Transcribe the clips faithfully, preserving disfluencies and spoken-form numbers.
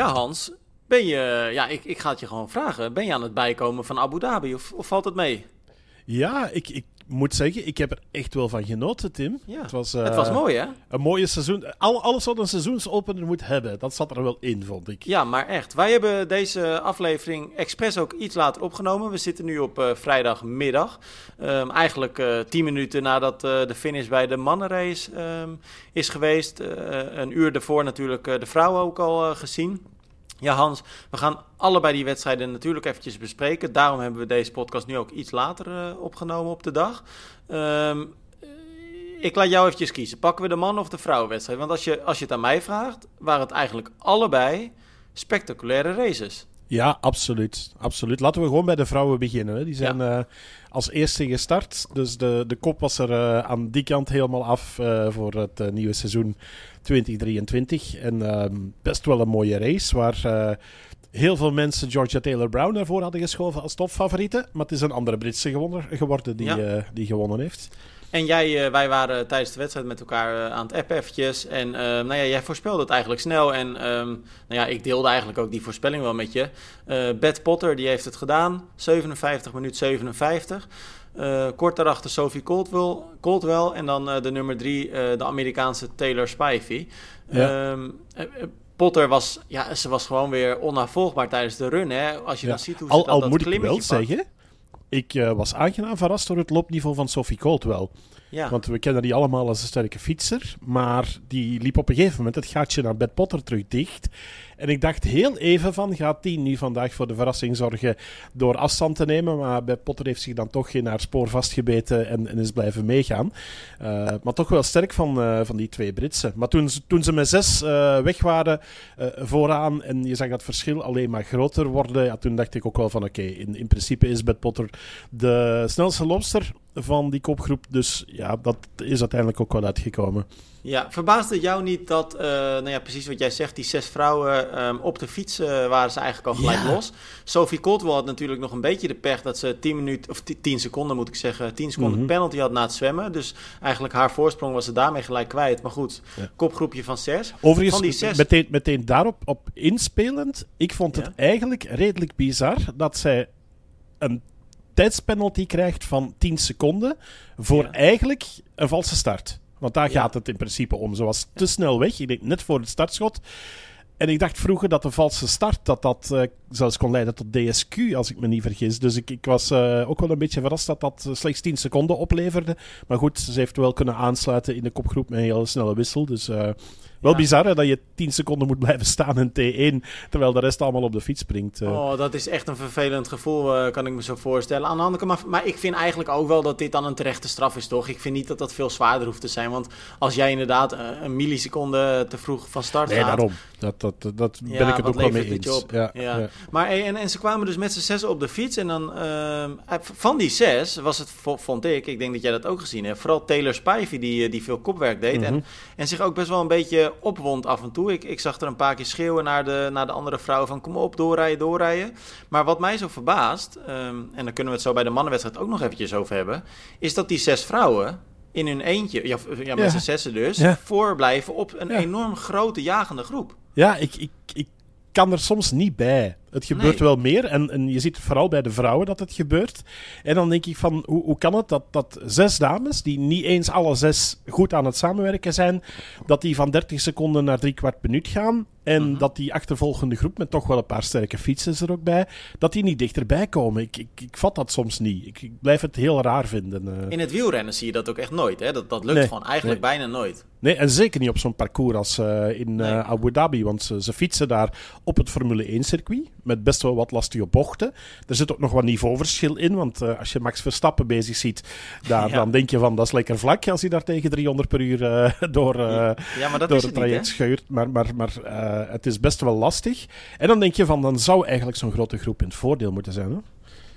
Ja, Hans, ben je, ja, ik, ik ga het je gewoon vragen. Ben je aan het bijkomen van Abu Dhabi of, of valt het mee? Ja, ik, ik moet zeggen, ik heb er echt wel van genoten, Tim. Ja, het, was, uh, het was mooi, hè? Een mooie seizoen. Al, alles wat een seizoensopener moet hebben, dat zat er wel in, vond ik. Ja, maar echt. Wij hebben deze aflevering expres ook iets later opgenomen. We zitten nu op uh, vrijdagmiddag. Um, eigenlijk uh, tien minuten nadat uh, de finish bij de mannenrace um, is geweest. Uh, een uur daarvoor natuurlijk uh, de vrouwen ook al uh, gezien. Ja, Hans, we gaan allebei die wedstrijden natuurlijk eventjes bespreken. Daarom hebben we deze podcast nu ook iets later uh, opgenomen op de dag. Um, ik laat jou eventjes kiezen. Pakken we de man- of de vrouwenwedstrijd? Want als je, als je het aan mij vraagt, waren het eigenlijk allebei spectaculaire races. Ja, absoluut. absoluut. Laten we gewoon bij de vrouwen beginnen. Hè. Die zijn ja. uh, als eerste gestart. Dus de, de kop was er uh, aan die kant helemaal af uh, voor het uh, nieuwe seizoen twintig drieëntwintig. En uh, best wel een mooie race waar uh, heel veel mensen Georgia Taylor-Brown daarvoor hadden geschoven als topfavoriete. Maar het is een andere Britse gewonnen, geworden die, ja. uh, die gewonnen heeft. En jij, uh, wij waren tijdens de wedstrijd met elkaar uh, aan het appen eventjes. En uh, nou ja, jij voorspelde het eigenlijk snel. En um, nou ja, ik deelde eigenlijk ook die voorspelling wel met je. Uh, Beth Potter, die heeft het gedaan. zevenenvijftig minuut zevenenvijftig. Uh, kort daarachter Sophie Caldwell, Caldwell. En dan uh, de nummer drie, uh, de Amerikaanse Taylor Spivey. Ja. Um, uh, Potter was, ja, ze was gewoon weer onnavolgbaar tijdens de run. Hè? Als je ja. dan ziet hoe ze al, dat, al dat moet ik wel pakt. zeggen... Ik uh, was aangenaam verrast door het loopniveau van Sophie Caldwell. Ja. Want we kennen die allemaal als een sterke fietser. Maar die liep op een gegeven moment het gaatje naar Beth Potter terug dicht. En ik dacht heel even van, gaat die nu vandaag voor de verrassing zorgen door afstand te nemen? Maar Beth Potter heeft zich dan toch in haar spoor vastgebeten en, en is blijven meegaan. Uh, maar toch wel sterk van, uh, van die twee Britsen. Maar toen, toen ze met zes uh, weg waren uh, vooraan en je zag dat verschil alleen maar groter worden, ja, toen dacht ik ook wel van oké, okay, in, in principe is Beth Potter de snelste loopster van die kopgroep. Dus ja, dat is uiteindelijk ook wel uitgekomen. Ja, verbaasde het jou niet dat, uh, nou ja, precies wat jij zegt, die zes vrouwen um, op de fiets uh, waren ze eigenlijk al gelijk ja. los. Sophie Caldwell had natuurlijk nog een beetje de pech dat ze tien minuten, of tien seconden moet ik zeggen, tien seconden mm-hmm. penalty had na het zwemmen. Dus eigenlijk haar voorsprong was ze daarmee gelijk kwijt. Maar goed, ja. kopgroepje van zes. Overigens, van die zes... meteen, meteen daarop op inspelend, ik vond het ja. eigenlijk redelijk bizar dat zij een tijdspenalty krijgt van tien seconden voor ja. eigenlijk een valse start. Want daar ja. gaat het in principe om. Ze was te snel weg, ik denk net voor het startschot. En ik dacht vroeger dat de valse start, dat dat uh, zelfs kon leiden tot D S Q, als ik me niet vergis. Dus ik, ik was uh, ook wel een beetje verrast dat dat slechts tien seconden opleverde. Maar goed, ze heeft wel kunnen aansluiten in de kopgroep met een hele snelle wissel. Dus uh, wel ja. bizar hè, dat je tien seconden moet blijven staan in T één, terwijl de rest allemaal op de fiets springt. Uh. Oh, dat is echt een vervelend gevoel, uh, kan ik me zo voorstellen. Aan de andere kant, maar, maar ik vind eigenlijk ook wel dat dit dan een terechte straf is, toch? Ik vind niet dat dat veel zwaarder hoeft te zijn. Want als jij inderdaad uh, een milliseconde te vroeg van start nee, gaat... Nee, daarom. Dat, dat, dat ben ja, ik het ook wel mee eens. Ja, ja. Ja. Maar en, en ze kwamen dus met z'n zes op de fiets. En dan uh, van die zes was het, vond ik, ik denk dat jij dat ook gezien hebt, vooral Taylor Spivey die, die veel kopwerk deed. Mm-hmm. En, en zich ook best wel een beetje opwond af en toe. Ik, ik zag er een paar keer schreeuwen naar de, naar de andere vrouwen van kom op, doorrijden, doorrijden. Maar wat mij zo verbaast, um, en daar kunnen we het zo bij de mannenwedstrijd ook nog eventjes over hebben, is dat die zes vrouwen in hun eentje, ja, ja met ja. z'n zessen dus, ja. voorblijven op een ja. enorm grote jagende groep. Ja, ik, ik, ik kan er soms niet bij. Het gebeurt nee. wel meer en, en je ziet het vooral bij de vrouwen dat het gebeurt. En dan denk ik van, hoe, hoe kan het dat, dat zes dames, die niet eens alle zes goed aan het samenwerken zijn, dat die van dertig seconden naar drie kwart minuut gaan en uh-huh. dat die achtervolgende groep, met toch wel een paar sterke fietsers er ook bij, dat die niet dichterbij komen. Ik, ik, ik vat dat soms niet. Ik, ik blijf het heel raar vinden. Uh. In het wielrennen zie je dat ook echt nooit. Hè? Dat, dat lukt nee, gewoon eigenlijk nee. bijna nooit. Nee, en zeker niet op zo'n parcours als uh, in uh, nee. Abu Dhabi, want ze, ze fietsen daar op het Formule één-circuit met best wel wat lastige bochten. Er zit ook nog wat niveauverschil in, want uh, als je Max Verstappen bezig ziet, daar, ja. dan denk je van, dat is lekker vlak als hij daar tegen driehonderd per uur uh, door, uh, ja, maar dat door het, het traject niet, scheurt. Maar, maar, maar uh, het is best wel lastig. En dan denk je van, dan zou eigenlijk zo'n grote groep in het voordeel moeten zijn. Hè?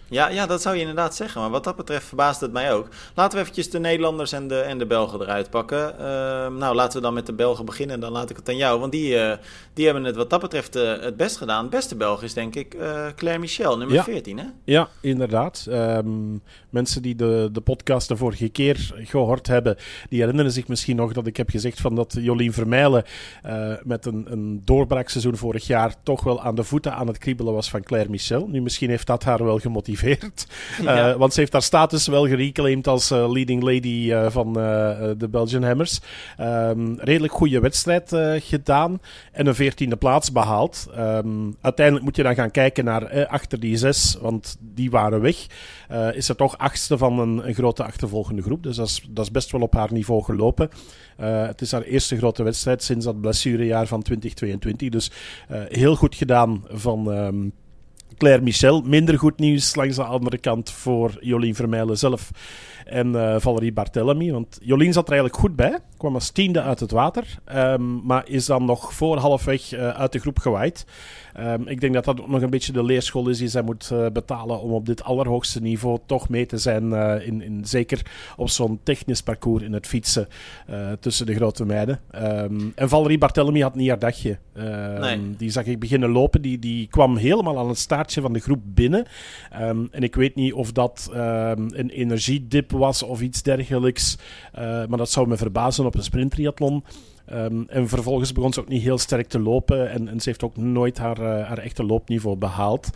Ja, ja, dat zou je inderdaad zeggen. Maar wat dat betreft verbaast het mij ook. Laten we eventjes de Nederlanders en de, en de Belgen eruit pakken. Uh, nou, laten we dan met de Belgen beginnen. Dan laat ik het aan jou. Want die, uh, die hebben het wat dat betreft uh, het best gedaan. De beste Belg is denk ik uh, Claire Michel, nummer ja. veertien, hè? Ja, inderdaad. Um, mensen die de, de podcast de vorige keer gehoord hebben, die herinneren zich misschien nog dat ik heb gezegd van dat Jolien Vermeilen uh, met een, een doorbraakseizoen vorig jaar toch wel aan de voeten aan het kriebelen was van Claire Michel. Nu, misschien heeft dat haar wel gemotiveerd. Ja. Uh, want ze heeft haar status wel gereclaimd als uh, leading lady uh, van uh, de Belgian Hammers. Um, redelijk goede wedstrijd uh, gedaan en een veertiende plaats behaald. Um, uiteindelijk moet je dan gaan kijken naar uh, achter die zes, want die waren weg. Uh, is er toch achtste van een, een grote achtervolgende groep. Dus dat is, dat is best wel op haar niveau gelopen. Uh, het is haar eerste grote wedstrijd sinds dat blessurejaar van twintig tweeëntwintig. Dus uh, heel goed gedaan van Um, Claire Michel. Minder goed nieuws langs de andere kant voor Jolien Vermeilen zelf en uh, Valerie Barthélemy. Want Jolien zat er eigenlijk goed bij. Kwam als tiende uit het water. Um, maar is dan nog voor halfweg uh, uit de groep gewaaid. Um, ik denk dat dat ook nog een beetje de leerschool is die zij moet uh, betalen om op dit allerhoogste niveau toch mee te zijn. Uh, in, in, zeker op zo'n technisch parcours in het fietsen uh, tussen de grote meiden. Um, en Valerie Barthélemy had niet haar dagje. Um, nee. Die zag ik beginnen lopen. Die, die kwam helemaal aan het staartje van de groep binnen. Um, en ik weet niet of dat um, een energiedip was of iets dergelijks. Uh, maar dat zou me verbazen op een sprinttriathlon. Um, en vervolgens begon ze ook niet heel sterk te lopen. En, en ze heeft ook nooit haar, uh, haar echte loopniveau behaald.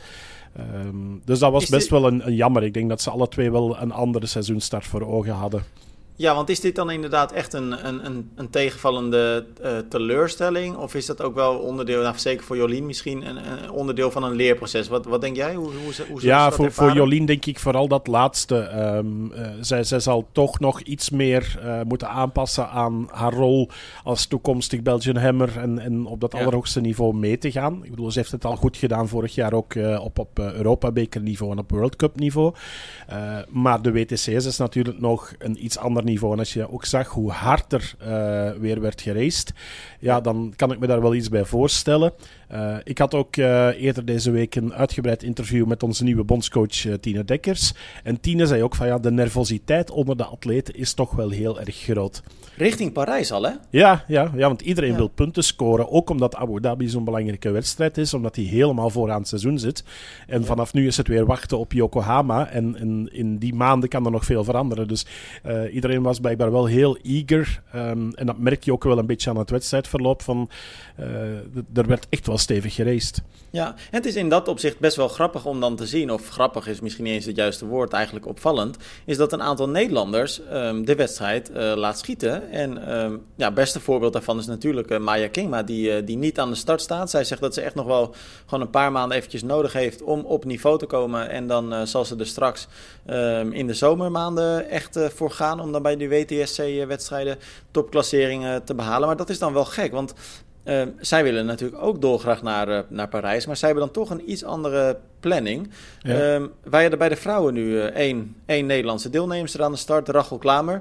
Um, dus dat was Is best dit... wel een, een jammer. Ik denk dat ze alle twee wel een andere seizoenstart voor ogen hadden. Ja, want is dit dan inderdaad echt een, een, een, een tegenvallende uh, teleurstelling? Of is dat ook wel onderdeel, nou, zeker voor Jolien misschien, een, een onderdeel van een leerproces? Wat, wat denk jij? Hoe, hoe, hoe ja, dat voor, voor Jolien denk ik vooral dat laatste. Um, uh, zij, zij zal toch nog iets meer uh, moeten aanpassen aan haar rol als toekomstig Belgian Hammer en, en op dat ja. allerhoogste niveau mee te gaan. Ik bedoel, ze heeft het al goed gedaan vorig jaar ook uh, op, op uh, Europa-beker niveau en op World Cup niveau. Uh, maar de W T C's is natuurlijk nog een iets ander niveau. En als je ook zag hoe hard er uh, weer werd geraced, ja, dan kan ik me daar wel iets bij voorstellen. Uh, ik had ook uh, eerder deze week een uitgebreid interview met onze nieuwe bondscoach uh, Tine Dekkers. En Tine zei ook van ja, de nervositeit onder de atleten is toch wel heel erg groot. Richting Parijs al, hè? Ja, ja, ja want iedereen ja. wil punten scoren. Ook omdat Abu Dhabi zo'n belangrijke wedstrijd is. Omdat hij helemaal vooraan het seizoen zit. En ja. vanaf nu is het weer wachten op Yokohama. En, en in die maanden kan er nog veel veranderen. Dus uh, iedereen was blijkbaar wel heel eager. Um, en dat merk je ook wel een beetje aan het wedstrijdverloop. Van, uh, d- er werd echt wel stevig geraced. Ja, en het is in dat opzicht best wel grappig om dan te zien. Of grappig is misschien niet eens het juiste woord. Eigenlijk opvallend. Is dat een aantal Nederlanders um, de wedstrijd uh, laat schieten. En um, ja, het beste voorbeeld daarvan is natuurlijk uh, Maya Kingma, die, uh, die niet aan de start staat. Zij zegt dat ze echt nog wel gewoon een paar maanden eventjes nodig heeft om op niveau te komen. En dan uh, zal ze er straks um, in de zomermaanden echt uh, voor gaan om dan bij de W T S C-wedstrijden topklasseringen te behalen. Maar dat is dan wel gek, want uh, zij willen natuurlijk ook dolgraag naar, uh, naar Parijs. Maar zij hebben dan toch een iets andere planning. Ja. Um, wij hadden bij de vrouwen nu uh, één, één Nederlandse deelnemster aan de start, Rachel Klamer.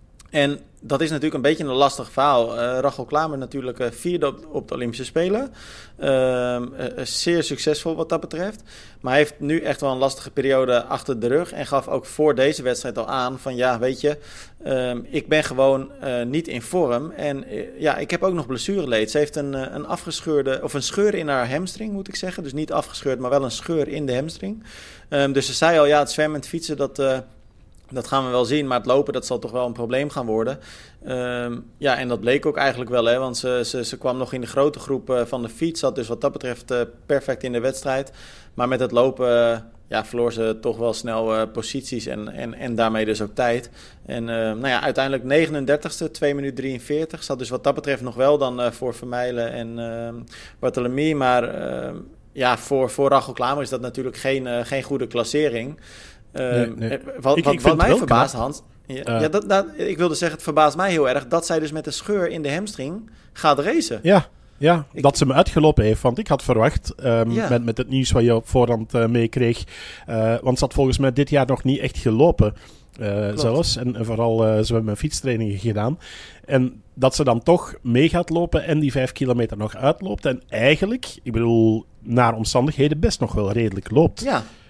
En dat is natuurlijk een beetje een lastig verhaal. Uh, Rachel Klamer natuurlijk uh, vierde op, op de Olympische Spelen. Uh, uh, zeer succesvol wat dat betreft. Maar hij heeft nu echt wel een lastige periode achter de rug. En gaf ook voor deze wedstrijd al aan van ja, weet je, uh, ik ben gewoon uh, niet in vorm. En uh, ja, ik heb ook nog blessureleed. Ze heeft een, uh, een afgescheurde, of een scheur in haar hamstring moet ik zeggen. Dus niet afgescheurd, maar wel een scheur in de hamstring. Um, dus ze zei al, ja, het zwemmen en het fietsen, dat... Uh, Dat gaan we wel zien, maar het lopen, dat zal toch wel een probleem gaan worden. Um, ja, en dat bleek ook eigenlijk wel, hè, want ze, ze, ze kwam nog in de grote groep uh, van de fiets. Zat dus wat dat betreft uh, perfect in de wedstrijd. Maar met het lopen uh, ja, verloor ze toch wel snel uh, posities en, en, en daarmee dus ook tijd. En uh, nou ja, uiteindelijk negenendertigste, twee minuten drieënveertig. Zat dus wat dat betreft nog wel dan uh, voor Vermeilen en uh, Barthélemy. Maar uh, ja, voor, voor Rachel Klamer is dat natuurlijk geen, uh, geen goede klassering. Uh, nee, nee. Wat, ik, wat, ik wat mij verbaast, knap. Hans... Ja, uh. ja, dat, dat, ik wilde zeggen, het verbaast mij heel erg... dat zij dus met een scheur in de hamstring gaat racen. Ja, ja ik, dat ze me uitgelopen heeft. Want ik had verwacht, um, ja. met, met het nieuws wat je op voorhand uh, meekreeg... Uh, want ze had volgens mij dit jaar nog niet echt gelopen... Uh, zelfs. En, en vooral, uh, ze hebben fietstrainingen gedaan. En dat ze dan toch mee gaat lopen en die vijf kilometer nog uitloopt. En eigenlijk, ik bedoel, naar omstandigheden best nog wel redelijk loopt. Ja.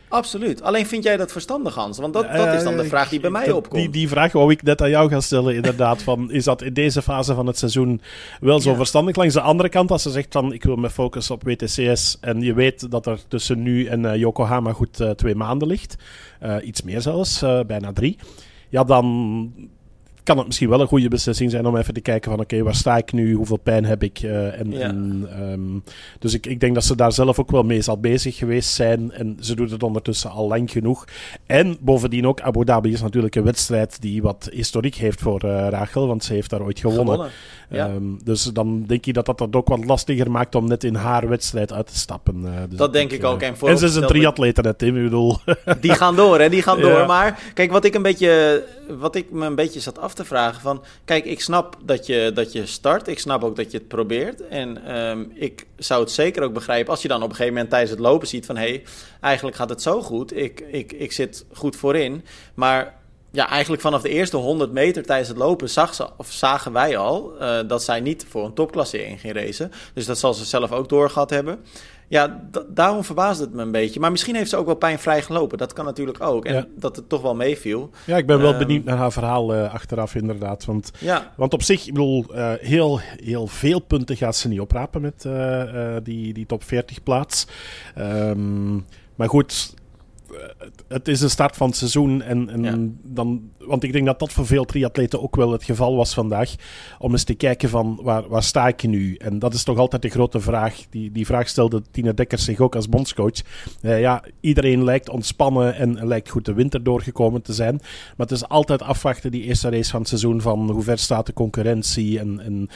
Absoluut. Alleen vind jij dat verstandig, Hans? Want dat, dat is dan de vraag die bij mij dat, opkomt. Die, die vraag wou ik net aan jou gaan stellen, inderdaad. Van, is dat in deze fase van het seizoen wel zo ja. verstandig? Langs de andere kant, als ze zegt van ik wil me focussen op W T C S en je weet dat er tussen nu en uh, Yokohama goed uh, twee maanden ligt, uh, iets meer zelfs, uh, bijna drie, ja dan kan het misschien wel een goede beslissing zijn om even te kijken van oké, okay, waar sta ik nu, hoeveel pijn heb ik? Uh, en, ja. en, um, dus ik, ik denk dat ze daar zelf ook wel mee zal bezig geweest zijn en ze doet het ondertussen al lang genoeg. En bovendien ook, Abu Dhabi is natuurlijk een wedstrijd die wat historiek heeft voor uh, Rachel, want ze heeft daar ooit gewonnen. gewonnen. Ja. Um, dus dan denk ik dat dat het ook wat lastiger maakt om net in haar wedstrijd uit te stappen. Uh, dus dat denk ik ook. En, en ze is een triatlete net, Tim, ik bedoel. Die gaan door, hè, die gaan door. Ja. Maar kijk, wat ik een beetje, wat ik me een beetje zat af te vragen van, kijk, ik snap dat je, dat je start, ik snap ook dat je het probeert en um, ik zou het zeker ook begrijpen als je dan op een gegeven moment tijdens het lopen ziet van, hé, hey, eigenlijk gaat het zo goed, ik, ik, ik zit goed voorin, maar ja, eigenlijk vanaf de eerste honderd meter tijdens het lopen zag ze, of zagen wij al uh, dat zij niet voor een topklassering ging racen. Dus dat zal ze zelf ook doorgehad hebben. Ja, d- daarom verbaasde het me een beetje. Maar misschien heeft ze ook wel pijnvrij gelopen. Dat kan natuurlijk ook. En ja. dat het toch wel meeviel. Ja, ik ben wel um, benieuwd naar haar verhaal uh, achteraf inderdaad. Want, ja. want op zich, ik bedoel, uh, heel, heel veel punten gaat ze niet oprapen met uh, uh, die, die top veertig plaats. Um, maar goed, het is de start van het seizoen en, en ja. dan, want ik denk dat dat voor veel triatleten ook wel het geval was vandaag, om eens te kijken van waar, waar sta ik nu? En dat is toch altijd de grote vraag. Die, die vraag stelde Tine Dekkers zich ook als bondscoach. Uh, ja, iedereen lijkt ontspannen en lijkt goed de winter doorgekomen te zijn, maar het is altijd afwachten die eerste race van het seizoen van hoe ver staat de concurrentie en, en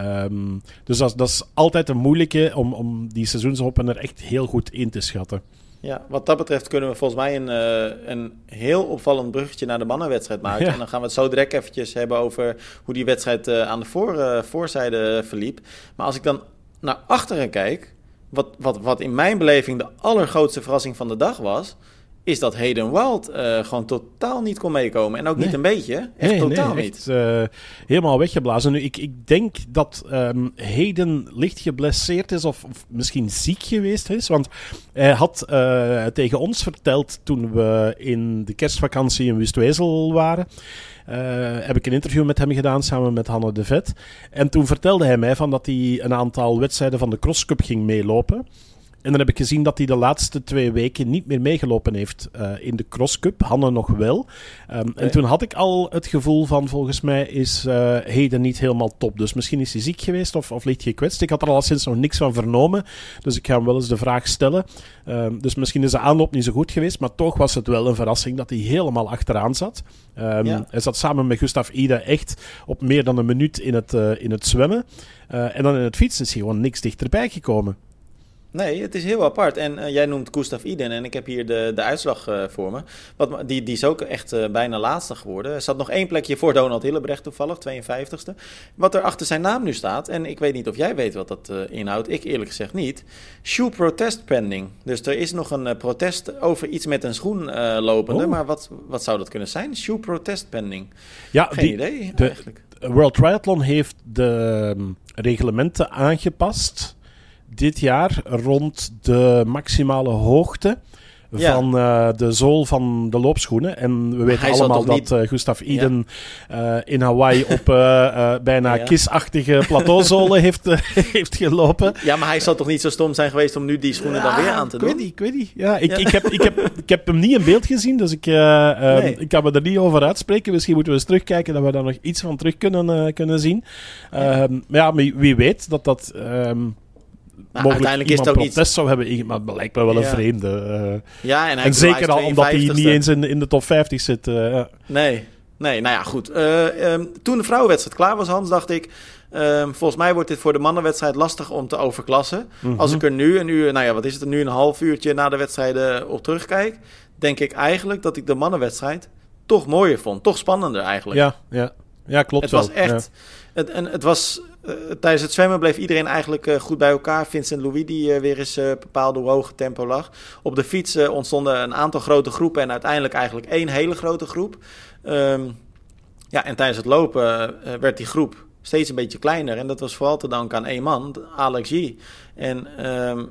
um, dus dat, dat is altijd een moeilijke om, om die seizoensopener echt heel goed in te schatten. Ja, wat dat betreft kunnen we volgens mij een, uh, een heel opvallend bruggetje naar de mannenwedstrijd maken. Ja. En dan gaan we het zo direct eventjes hebben over hoe die wedstrijd uh, aan de voor, uh, voorzijde verliep. Maar als ik dan naar achteren kijk, wat, wat, wat in mijn beleving de allergrootste verrassing van de dag was, is dat Hayden Wild uh, gewoon totaal niet kon meekomen. En ook nee. niet een beetje. Echt nee, totaal nee, echt, niet. Uh, helemaal weggeblazen. Nu, ik, ik denk dat um, Hayden licht geblesseerd is of, of misschien ziek geweest is. Want hij had uh, tegen ons verteld toen we in de kerstvakantie in Wustwezel waren. Uh, heb ik een interview met hem gedaan samen met Hanne de Vet. En toen vertelde hij mij van dat hij een aantal wedstrijden van de Cross Cup ging meelopen. En dan heb ik gezien dat hij de laatste twee weken niet meer meegelopen heeft uh, in de Cross Cup. Hanne nog wel. Um, nee. En toen had ik al het gevoel van, volgens mij is uh, Hayden niet helemaal top. Dus misschien is hij ziek geweest of, of licht gekwetst. Ik had er al sinds nog niks van vernomen. Dus ik ga hem wel eens de vraag stellen. Um, dus misschien is de aanloop niet zo goed geweest. Maar toch was het wel een verrassing dat hij helemaal achteraan zat. Um, ja. Hij zat samen met Gustav Ide echt op meer dan een minuut in het, uh, in het zwemmen. Uh, en dan in het fietsen is hij gewoon niks dichterbij gekomen. Nee, het is heel apart. En uh, jij noemt Gustav Iden en ik heb hier de, de uitslag uh, voor me. Wat, die, die is ook echt uh, bijna laatste geworden. Er zat nog één plekje voor Donald Hillebrecht toevallig, tweeënvijftigste. Wat er achter zijn naam nu staat, en ik weet niet of jij weet wat dat uh, inhoudt, ik eerlijk gezegd niet. Shoe protest pending. Dus er is nog een uh, protest over iets met een schoen uh, lopende. Oh. Maar wat, wat zou dat kunnen zijn? Shoe protest pending. Ja, Geen die, idee de, eigenlijk. World Triathlon heeft de um, reglementen aangepast dit jaar rond de maximale hoogte ja. van uh, de zool van de loopschoenen. En we weten allemaal dat niet... uh, Gustav Iden ja. uh, in Hawaii op uh, uh, bijna ja. kisachtige plateauzolen heeft, uh, heeft gelopen. Ja, maar hij zal toch niet zo stom zijn geweest om nu die schoenen ja, dan weer aan te ik doen? Weet niet, ik weet niet. Ja, ik, ja. Ik, heb, ik, heb, ik heb hem niet in beeld gezien, dus ik, uh, uh, nee. ik kan me er niet over uitspreken. Misschien moeten we eens terugkijken dat we daar nog iets van terug kunnen, uh, kunnen zien. Uh, ja. Maar ja, wie, wie weet dat dat... Um, Maar uiteindelijk is het ook protest niet... zou hebben, maar het lijkt me wel een ja. vreemde. Uh, ja, en, hij en zeker al omdat hij niet eens in, in de top vijftig zit. Uh, ja. Nee, nee, nou ja, goed. Uh, um, toen de vrouwenwedstrijd klaar was, Hans, dacht ik... Um, volgens mij wordt dit voor de mannenwedstrijd lastig om te overklassen. Mm-hmm. Als ik er nu een uur, nou ja, wat is het, nu een half uurtje na de wedstrijden op terugkijk... denk ik eigenlijk dat ik de mannenwedstrijd toch mooier vond. Toch spannender eigenlijk. Ja, ja. ja klopt het wel. Was echt, ja. het, en het was... Uh, tijdens het zwemmen bleef iedereen eigenlijk uh, goed bij elkaar. Vincent Louis, die uh, weer eens uh, bepaalde hoe hoog het tempo lag. Op de fiets uh, ontstonden een aantal grote groepen... en uiteindelijk eigenlijk één hele grote groep. Um, ja, en tijdens het lopen uh, werd die groep steeds een beetje kleiner. En dat was vooral te danken aan één man, Alex G. En um,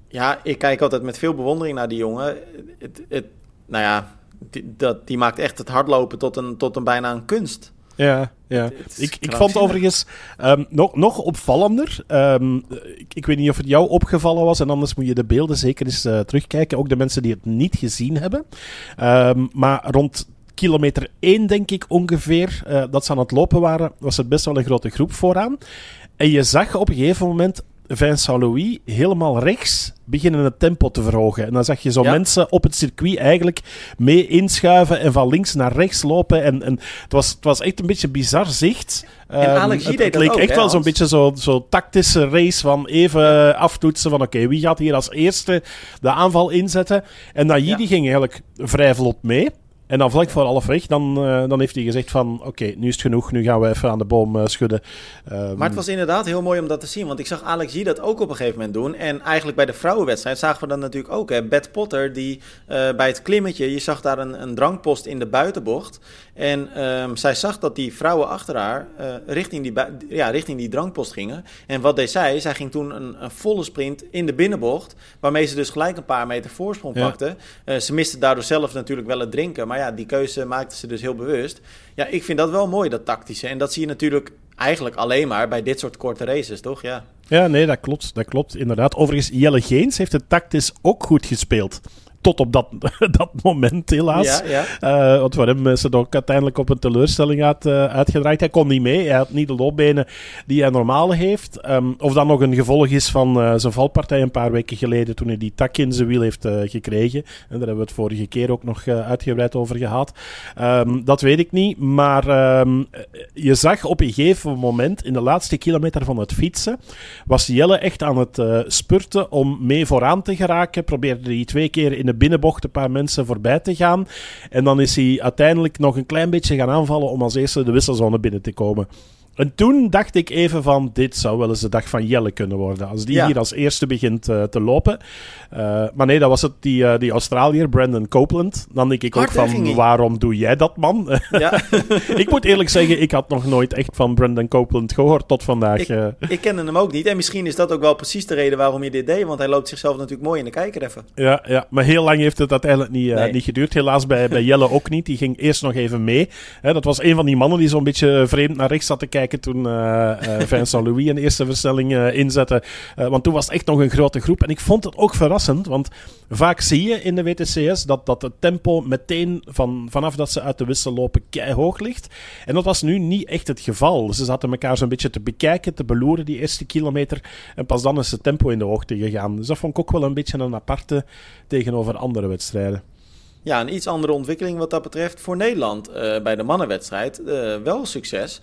Ja, ik kijk altijd met veel bewondering naar die jongen. Het, het, nou ja, die, dat, die maakt echt het hardlopen tot een, tot een bijna een kunst. Ja, ja. Ik, ik vond overigens um, nog, nog opvallender. Um, ik, ik weet niet of het jou opgevallen was, en anders moet je de beelden zeker eens uh, terugkijken. Ook de mensen die het niet gezien hebben. Um, maar rond kilometer één, denk ik ongeveer, uh, dat ze aan het lopen waren, was het best wel een grote groep vooraan. En je zag op een gegeven moment Vincent Louis helemaal rechts beginnen het tempo te verhogen. En dan zag je zo ja. mensen op het circuit eigenlijk mee inschuiven en van links naar rechts lopen. En, en het, was, het was echt een beetje bizar zicht. En um, Alex G. het, deed het dat leek ook, echt hè, wel Hans? zo'n beetje zo'n zo tactische race van even aftoetsen van oké, okay, wie gaat hier als eerste de aanval inzetten? En Nayidi ja. ging eigenlijk vrij vlot mee. En dan vlak voor halfweg, dan, uh, dan heeft hij gezegd van... Oké, okay, nu is het genoeg, nu gaan we even aan de boom uh, schudden. Um... Maar het was inderdaad heel mooi om dat te zien. Want ik zag Alex G. dat ook op een gegeven moment doen. En eigenlijk bij de vrouwenwedstrijd zagen we dat natuurlijk ook. Hè. Beth Potter, die uh, bij het klimmetje... Je zag daar een, een drangpost in de buitenbocht. En um, zij zag dat die vrouwen achter haar uh, richting, die bu- ja, richting die drangpost gingen. En wat deed zij? Zij ging toen een, een volle sprint in de binnenbocht... waarmee ze dus gelijk een paar meter voorsprong ja. pakte. Uh, ze miste daardoor zelf natuurlijk wel het drinken... Maar ja, die keuze maakte ze dus heel bewust. Ja, ik vind dat wel mooi, dat tactische. En dat zie je natuurlijk eigenlijk alleen maar bij dit soort korte races, toch? Ja, ja nee, dat klopt, dat klopt, inderdaad. Overigens, Jelle Geens heeft het tactisch ook goed gespeeld. Tot op dat, dat moment, helaas. Ja, ja. Uh, want voor hem is het ook uiteindelijk op een teleurstelling uit, uh, uitgedraaid. Hij kon niet mee. Hij had niet de loopbenen die hij normaal heeft. Um, of dat nog een gevolg is van uh, zijn valpartij een paar weken geleden toen hij die tak in zijn wiel heeft uh, gekregen. En daar hebben we het vorige keer ook nog uh, uitgebreid over gehad. Um, dat weet ik niet. Maar um, je zag op een gegeven moment, in de laatste kilometer van het fietsen, was Jelle echt aan het uh, spurten om mee vooraan te geraken. Probeerde hij twee keer in de binnenbocht een paar mensen voorbij te gaan. En dan is hij uiteindelijk nog een klein beetje gaan aanvallen om als eerste de wisselzone binnen te komen. En toen dacht ik even van, dit zou wel eens de dag van Jelle kunnen worden. Als die ja. hier als eerste begint uh, te lopen. Uh, maar nee, dat was het, die, uh, die Australiër, Brandon Copeland. Dan denk ik ook van, waarom doe jij dat, man? Ja. Ik moet eerlijk zeggen, ik had nog nooit echt van Brandon Copeland gehoord tot vandaag. Ik, uh. ik kende hem ook niet. En misschien is dat ook wel precies de reden waarom je dit deed. Want hij loopt zichzelf natuurlijk mooi in de kijker even. Ja, ja, maar heel lang heeft het uiteindelijk niet, uh, nee. niet geduurd. Helaas bij, bij Jelle ook niet. Die ging eerst nog even mee. Hè, dat was een van die mannen die zo'n beetje vreemd naar rechts zat te kijken toen uh, uh, Vincent Louis een eerste versnelling uh, inzette. Uh, want toen was het echt nog een grote groep. En ik vond het ook verrassend, want vaak zie je in de W T C S dat, dat het tempo meteen van, vanaf dat ze uit de wissel lopen keihoog ligt. En dat was nu niet echt het geval. Ze zaten elkaar zo'n beetje te bekijken, te beloeren die eerste kilometer. En pas dan is het tempo in de hoogte gegaan. Dus dat vond ik ook wel een beetje een aparte tegenover andere wedstrijden. Ja, een iets andere ontwikkeling wat dat betreft voor Nederland uh, bij de mannenwedstrijd. Uh, wel succes.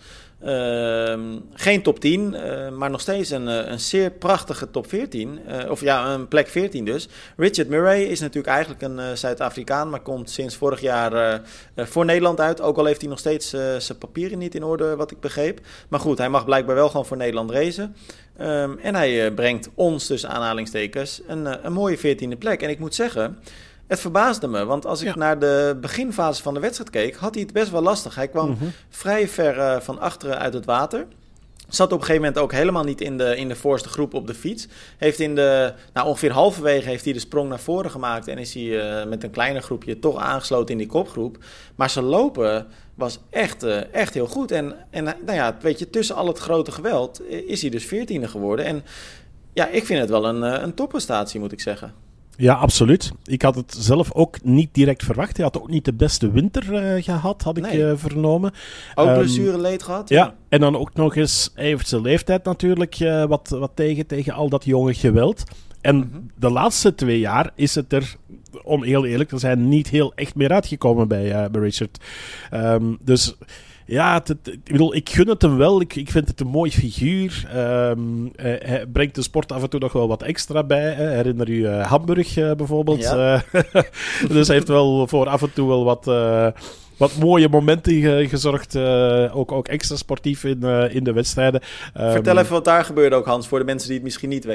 Uh, geen top tien, uh, maar nog steeds een, een zeer prachtige top veertien. Uh, of ja, een plek veertien dus. Richard Murray is natuurlijk eigenlijk een uh, Zuid-Afrikaan, maar komt sinds vorig jaar uh, uh, voor Nederland uit. Ook al heeft hij nog steeds uh, zijn papieren niet in orde, wat ik begreep. Maar goed, hij mag blijkbaar wel gewoon voor Nederland racen. Um, en hij uh, brengt ons, dus aanhalingstekens, een, uh, een mooie veertiende plek. En ik moet zeggen... Het verbaasde me, want als ik ja. naar de beginfase van de wedstrijd keek, had hij het best wel lastig. Hij kwam mm-hmm. vrij ver uh, van achteren uit het water. Zat op een gegeven moment ook helemaal niet in de, in de voorste groep op de fiets. Heeft in de, nou ongeveer halverwege heeft hij de sprong naar voren gemaakt. En is hij uh, met een kleiner groepje toch aangesloten in die kopgroep. Maar zijn lopen was echt, uh, echt heel goed. En, en nou ja, weet je, tussen al het grote geweld is hij dus veertiende geworden. En ja, ik vind het wel een, een topprestatie, moet ik zeggen. Ja, absoluut. Ik had het zelf ook niet direct verwacht. Hij had ook niet de beste winter uh, gehad, had ik nee. uh, vernomen. Ook um, blessureleed gehad. Ja. ja, en dan ook nog eens, hij heeft zijn leeftijd natuurlijk uh, wat, wat tegen, tegen al dat jonge geweld. En mm-hmm. de laatste twee jaar is het er, om heel eerlijk te zijn, niet heel echt meer uitgekomen bij, uh, bij Richard. Um, dus... Ja, het, het, ik bedoel, ik gun het hem wel. Ik, ik vind het een mooi figuur. Um, hij, hij brengt de sport af en toe nog wel wat extra bij. Hè. Herinner u uh, Hamburg uh, bijvoorbeeld. Ja. Uh, dus hij heeft wel voor af en toe wel wat... Uh, Wat mooie momenten ge- gezorgd, uh, ook, ook extra sportief in, uh, in de wedstrijden. Um, Vertel even wat daar gebeurde ook, Hans, voor de mensen die het misschien niet weten.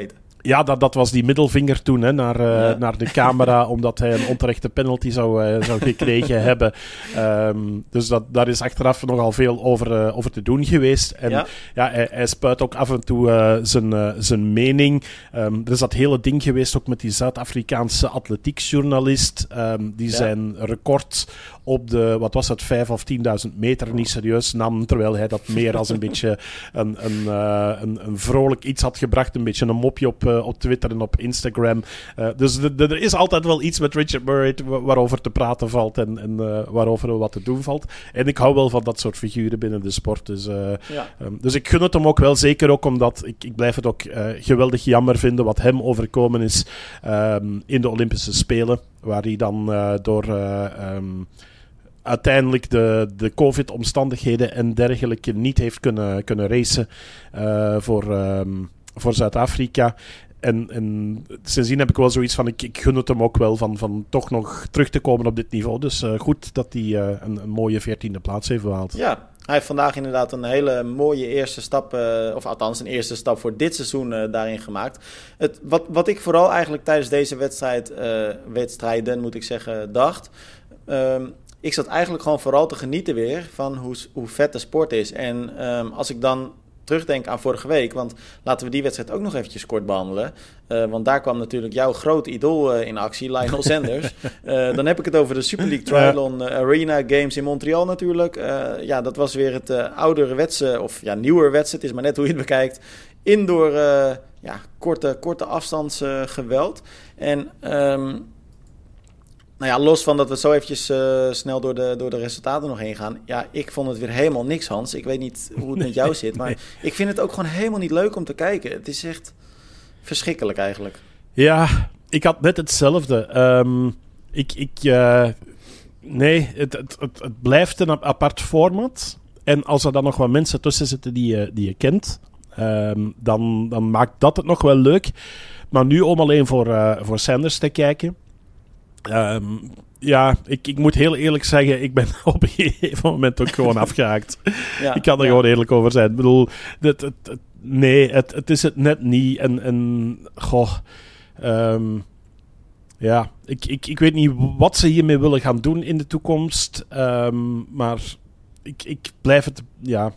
Ja, dat, dat was die middelvinger toen hè, naar, uh, ja. naar de camera, omdat hij een onterechte penalty zou, uh, zou gekregen hebben. Um, dus dat, daar is achteraf nogal veel over, uh, over te doen geweest. En ja. Ja, hij, hij spuit ook af en toe uh, zijn, uh, zijn mening. Um, er is dat hele ding geweest ook met die Zuid-Afrikaanse atletiekjournalist. Um, die ja. zijn record op de, wat was het, vijf of tienduizend meter niet serieus nam, terwijl hij dat meer als een beetje een, een, uh, een, een vrolijk iets had gebracht, een beetje een mopje op, uh, op Twitter en op Instagram. Uh, dus de, de, er is altijd wel iets met Richard Murray waarover te praten valt en, en uh, waarover wat te doen valt. En ik hou wel van dat soort figuren binnen de sport. Dus, uh, ja. um, dus ik gun het hem ook wel, zeker ook omdat ik, ik blijf het ook uh, geweldig jammer vinden wat hem overkomen is um, in de Olympische Spelen, waar hij dan uh, door uh, um, uiteindelijk de, de COVID-omstandigheden en dergelijke niet heeft kunnen, kunnen racen uh, voor, um, voor Zuid-Afrika. En, en sindsdien heb ik wel zoiets van, ik, ik gun het hem ook wel van, van toch nog terug te komen op dit niveau. Dus uh, goed dat hij uh, een, een mooie veertiende plaats heeft behaald. Ja, hij heeft vandaag inderdaad een hele mooie eerste stap, uh, of althans een eerste stap voor dit seizoen uh, daarin gemaakt. Het, wat, wat ik vooral eigenlijk tijdens deze wedstrijd, uh, wedstrijden moet ik zeggen, dacht... Um, Ik zat eigenlijk gewoon vooral te genieten weer van hoe, hoe vet de sport is. En um, als ik dan terugdenk aan vorige week, want laten we die wedstrijd ook nog eventjes kort behandelen. Uh, want daar kwam natuurlijk jouw grote idool uh, in actie, Lionel Sanders. uh, dan heb ik het over de Super League Triathlon uh, Arena Games in Montreal natuurlijk. Uh, ja, dat was weer het uh, ouderwetse, of ja, nieuwerwetse, het is maar net hoe je het bekijkt. Indoor, uh, ja, korte, korte afstandsgeweld. Uh, en... Um, Nou ja, los van dat we zo eventjes uh, snel door de, door de resultaten nog heen gaan. Ja, ik vond het weer helemaal niks, Hans. Ik weet niet hoe het nee, met jou zit, maar nee. Ik vind het ook gewoon helemaal niet leuk om te kijken. Het is echt verschrikkelijk eigenlijk. Ja, ik had net hetzelfde. Um, ik, ik, uh, nee, het, het, het, het blijft een apart format. En als er dan nog wat mensen tussen zitten die je, die je kent, um, dan, dan maakt dat het nog wel leuk. Maar nu om alleen voor, uh, voor Sanders te kijken... Um, ja, ik, ik moet heel eerlijk zeggen, ik ben op een gegeven moment ook gewoon afgehaakt. Ja, ik kan er ja. gewoon eerlijk over zijn. Ik bedoel, het, het, het, nee, het, het is het net niet. En, en goh, um, ja, ik, ik, ik weet niet wat ze hiermee willen gaan doen in de toekomst. Um, maar ik, ik blijf het, ja...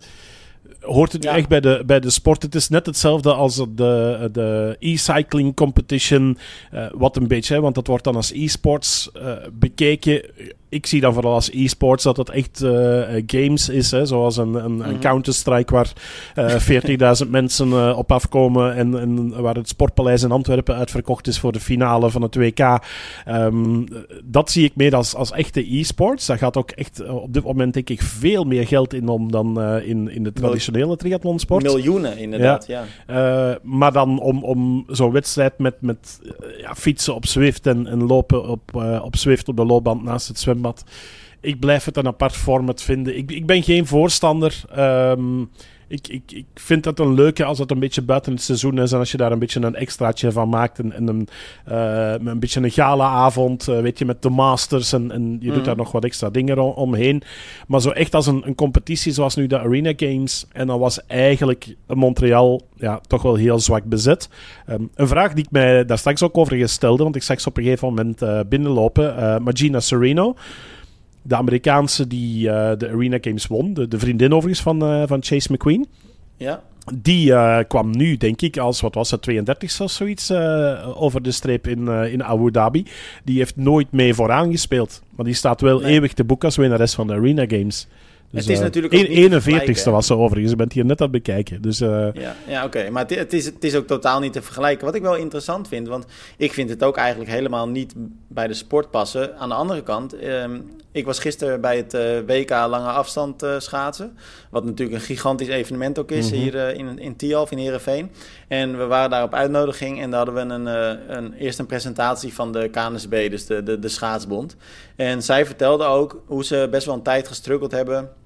Hoort het nu ja. echt bij de, bij de sport? Het is net hetzelfde als de, de e-cycling competition. Uh, wat een beetje, hè, want dat wordt dan als e-sports uh, bekeken. Ik zie dan vooral als e-sports dat het echt uh, games is. Hè, zoals een, een, mm-hmm. een Counter-Strike waar uh, veertigduizend mensen uh, op afkomen. En, en waar het Sportpaleis in Antwerpen uitverkocht is voor de finale van het W K. Um, dat zie ik meer als, als echte e-sports. Daar gaat ook echt uh, op dit moment denk ik veel meer geld in om dan uh, in, in de traditionele triathlonsport. Miljoenen inderdaad, ja. ja. Uh, maar dan om, om zo'n wedstrijd met, met uh, ja, fietsen op Zwift en, en lopen op, uh, op Zwift op de loopband naast het zwembad. Ik blijf het een apart format vinden. Ik, ik ben geen voorstander. Um, ik, ik, ik vind het een leuke als het een beetje buiten het seizoen is en als je daar een beetje een extraatje van maakt en, en een, uh, een beetje een gala-avond, uh, weet je, met de Masters en, en je mm. doet daar nog wat extra dingen om, omheen. Maar zo echt als een, een competitie zoals nu de Arena Games en dan was eigenlijk Montreal ja, toch wel heel zwak bezet. Um, een vraag die ik mij daar straks ook over stelde, want ik zag ze op een gegeven moment uh, binnenlopen. Uh, Magina Sereno, de Amerikaanse die uh, de Arena Games won. De, de vriendin overigens van, uh, van Chase McQueen. Ja. Die uh, kwam nu, denk ik, als, wat was het, tweeëndertigste of zoiets, uh, over de streep in, uh, in Abu Dhabi. Die heeft nooit mee vooraan gespeeld. Maar die staat wel nee. eeuwig te boek als winnares van de Arena Games. Dus, het is uh, natuurlijk ook eenenveertigste was ze overigens. Je bent hier net aan het bekijken. Dus, uh, ja, ja oké. Okay. Maar het, het, is, het is ook totaal niet te vergelijken. Wat ik wel interessant vind, want ik vind het ook eigenlijk helemaal niet bij de sport passen. Aan de andere kant, um, ik was gisteren bij het uh, W K lange afstand uh, schaatsen. Wat natuurlijk een gigantisch evenement ook is, mm-hmm. hier uh, in, in Tialf, in Heerenveen. En we waren daar op uitnodiging en daar hadden we een, uh, een, eerst een presentatie van de K N S B, dus de, de, de schaatsbond. En zij vertelde ook hoe ze best wel een tijd gestruggeld hebben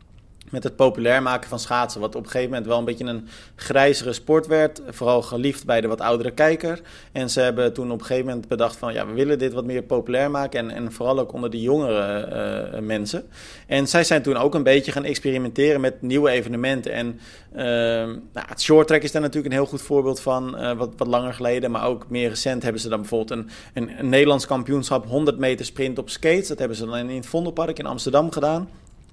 met het populair maken van schaatsen, wat op een gegeven moment wel een beetje een grijzere sport werd, vooral geliefd bij de wat oudere kijker. En ze hebben toen op een gegeven moment bedacht van, ja, we willen dit wat meer populair maken en, en vooral ook onder de jongere uh, mensen. En zij zijn toen ook een beetje gaan experimenteren met nieuwe evenementen. En uh, nou, het shorttrack is daar natuurlijk een heel goed voorbeeld van, uh, wat, wat langer geleden, maar ook meer recent hebben ze dan bijvoorbeeld een, een, een Nederlands kampioenschap honderd meter sprint op skates. Dat hebben ze dan in het Vondelpark in Amsterdam gedaan.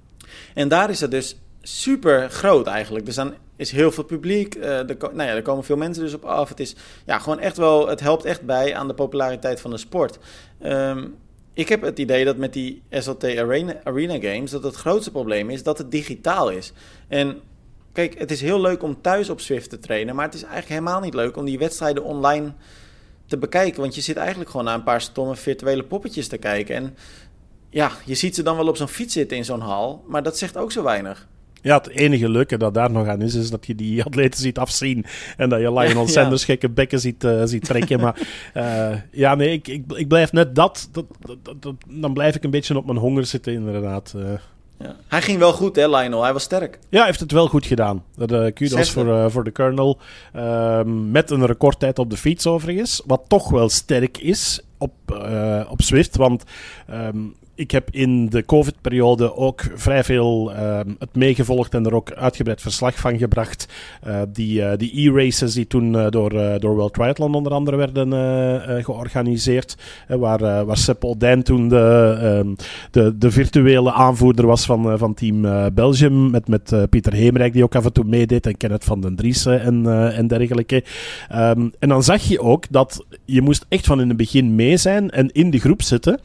En daar is het dus super groot eigenlijk. Dus dan is heel veel publiek. Uh, er, nou ja, er komen veel mensen dus op af. Het is ja, gewoon echt wel, het helpt echt bij aan de populariteit van de sport. Um, ik heb het idee dat met die S L T Arena, Arena Games, dat het grootste probleem is dat het digitaal is. En kijk, het is heel leuk om thuis op Zwift te trainen, maar het is eigenlijk helemaal niet leuk om die wedstrijden online te bekijken. Want je zit eigenlijk gewoon naar een paar stomme virtuele poppetjes te kijken. En ja, je ziet ze dan wel op zo'n fiets zitten in zo'n hal, maar dat zegt ook zo weinig. Ja, het enige leuke dat daar nog aan is, is dat je die atleten ziet afzien en dat je Lionel ja, Sanders ja. gekke bekken ziet, uh, ziet trekken. Maar uh, ja, nee, ik, ik, ik blijf net dat, dat, dat, dat... Dan blijf ik een beetje op mijn honger zitten, inderdaad. Uh. Ja. Hij ging wel goed, hè, Lionel? Hij was sterk. Ja, hij heeft het wel goed gedaan. De kudos voor, uh, voor de Colonel. Uh, met een recordtijd op de fiets, overigens. Wat toch wel sterk is op, uh, op Zwift, want... Um, Ik heb in de COVID-periode ook vrij veel uh, het meegevolgd en er ook uitgebreid verslag van gebracht. Uh, die, uh, die e-races die toen uh, door, uh, door World Triathlon onder andere werden uh, uh, georganiseerd. Uh, waar, uh, waar Sepp Oldijn toen de, uh, de, de virtuele aanvoerder was van, uh, van team uh, Belgium. Met, met uh, Pieter Heemrijk die ook af en toe meedeed. En Kenneth van den Driessen en, uh, en dergelijke. Um, en dan zag je ook dat je moest echt van in het begin mee zijn en in de groep zitten.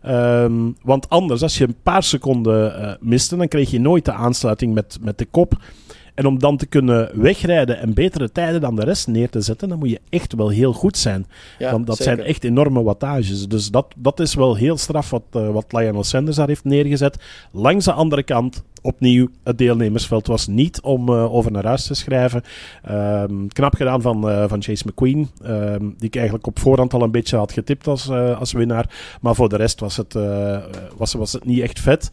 Um, want anders, als je een paar seconden uh, miste, dan kreeg je nooit de aansluiting met, met de kop. En om dan te kunnen wegrijden en betere tijden dan de rest neer te zetten, dan moet je echt wel heel goed zijn. Ja, want dat zeker. Zijn echt enorme wattages. Dus dat, dat is wel heel straf wat, uh, wat Lionel Sanders daar heeft neergezet. Langs de andere kant, opnieuw, het deelnemersveld was niet om uh, over naar huis te schrijven. Um, knap gedaan van, uh, van Chase McQueen, um, die ik eigenlijk op voorhand al een beetje had getipt als, uh, als winnaar. Maar voor de rest was het, uh, was, was het niet echt vet.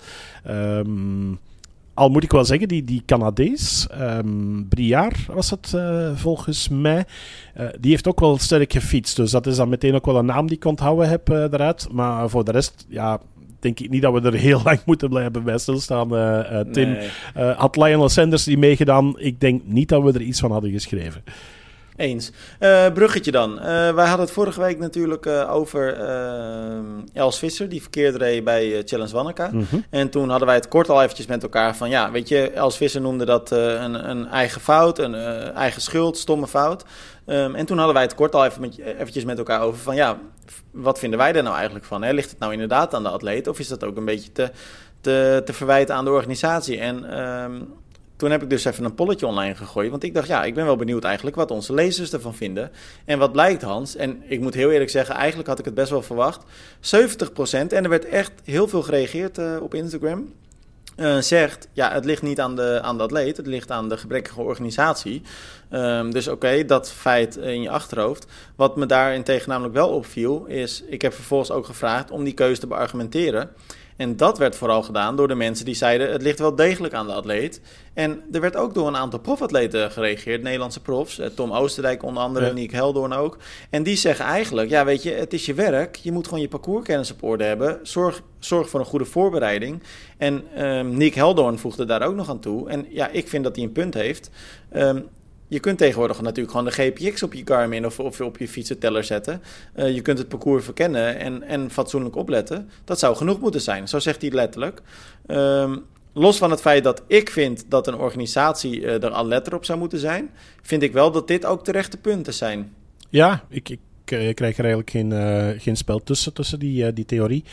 Um, Al moet ik wel zeggen, die, die Canadees, um, Briard was het uh, volgens mij, uh, die heeft ook wel sterk gefietst. Dus dat is dan meteen ook wel een naam die ik onthouden heb uh, eruit. Maar voor de rest, ja, denk ik niet dat we er heel lang moeten blijven bij stilstaan. Uh, uh, Tim, nee. uh, had Lionel Sanders die meegedaan? Ik denk niet dat we er iets van hadden geschreven. Eens. Uh, bruggetje dan. Uh, wij hadden het vorige week natuurlijk uh, over uh, Els Visser, die verkeerd reed bij uh, Challenge Wanaka. Mm-hmm. En toen hadden wij het kort al eventjes met elkaar van, ja, weet je, Els Visser noemde dat uh, een, een eigen fout, een uh, eigen schuld, stomme fout. Um, en toen hadden wij het kort al even met, eventjes met elkaar over van, ja, wat vinden wij daar nou eigenlijk van? Hè? Ligt het nou inderdaad aan de atleet of is dat ook een beetje te, te, te verwijten aan de organisatie? En... Um, Toen heb ik dus even een polletje online gegooid. Want ik dacht, ja, ik ben wel benieuwd eigenlijk wat onze lezers ervan vinden. En wat blijkt, Hans, en ik moet heel eerlijk zeggen, eigenlijk had ik het best wel verwacht. zeventig procent, en er werd echt heel veel gereageerd uh, op Instagram, uh, zegt, ja, het ligt niet aan de, aan de atleet, het ligt aan de gebrekkige organisatie. Um, dus oké, okay, dat feit in je achterhoofd. Wat me daarentegen namelijk wel opviel, is, ik heb vervolgens ook gevraagd om die keuze te beargumenteren. En dat werd vooral gedaan door de mensen die zeiden, het ligt wel degelijk aan de atleet. En er werd ook door een aantal profatleten gereageerd, Nederlandse profs. Tom Oosterdijk onder andere, ja. Nick Heldoorn ook. En die zeggen eigenlijk, ja weet je, het is je werk. Je moet gewoon je parcourskennis op orde hebben. Zorg, zorg voor een goede voorbereiding. En um, Nick Heldoorn voegde daar ook nog aan toe. En ja, ik vind dat hij een punt heeft. Um, Je kunt tegenwoordig natuurlijk gewoon de G P X op je Garmin of, of op je fietsenteller zetten. Uh, je kunt het parcours verkennen en, en fatsoenlijk opletten. Dat zou genoeg moeten zijn, zo zegt hij letterlijk. Um, los van het feit dat ik vind dat een organisatie uh, er al letter op zou moeten zijn, vind ik wel dat dit ook terechte punten zijn. Ja, ik... ik... Ik krijg er eigenlijk geen, uh, geen spel tussen, tussen die, uh, die theorie.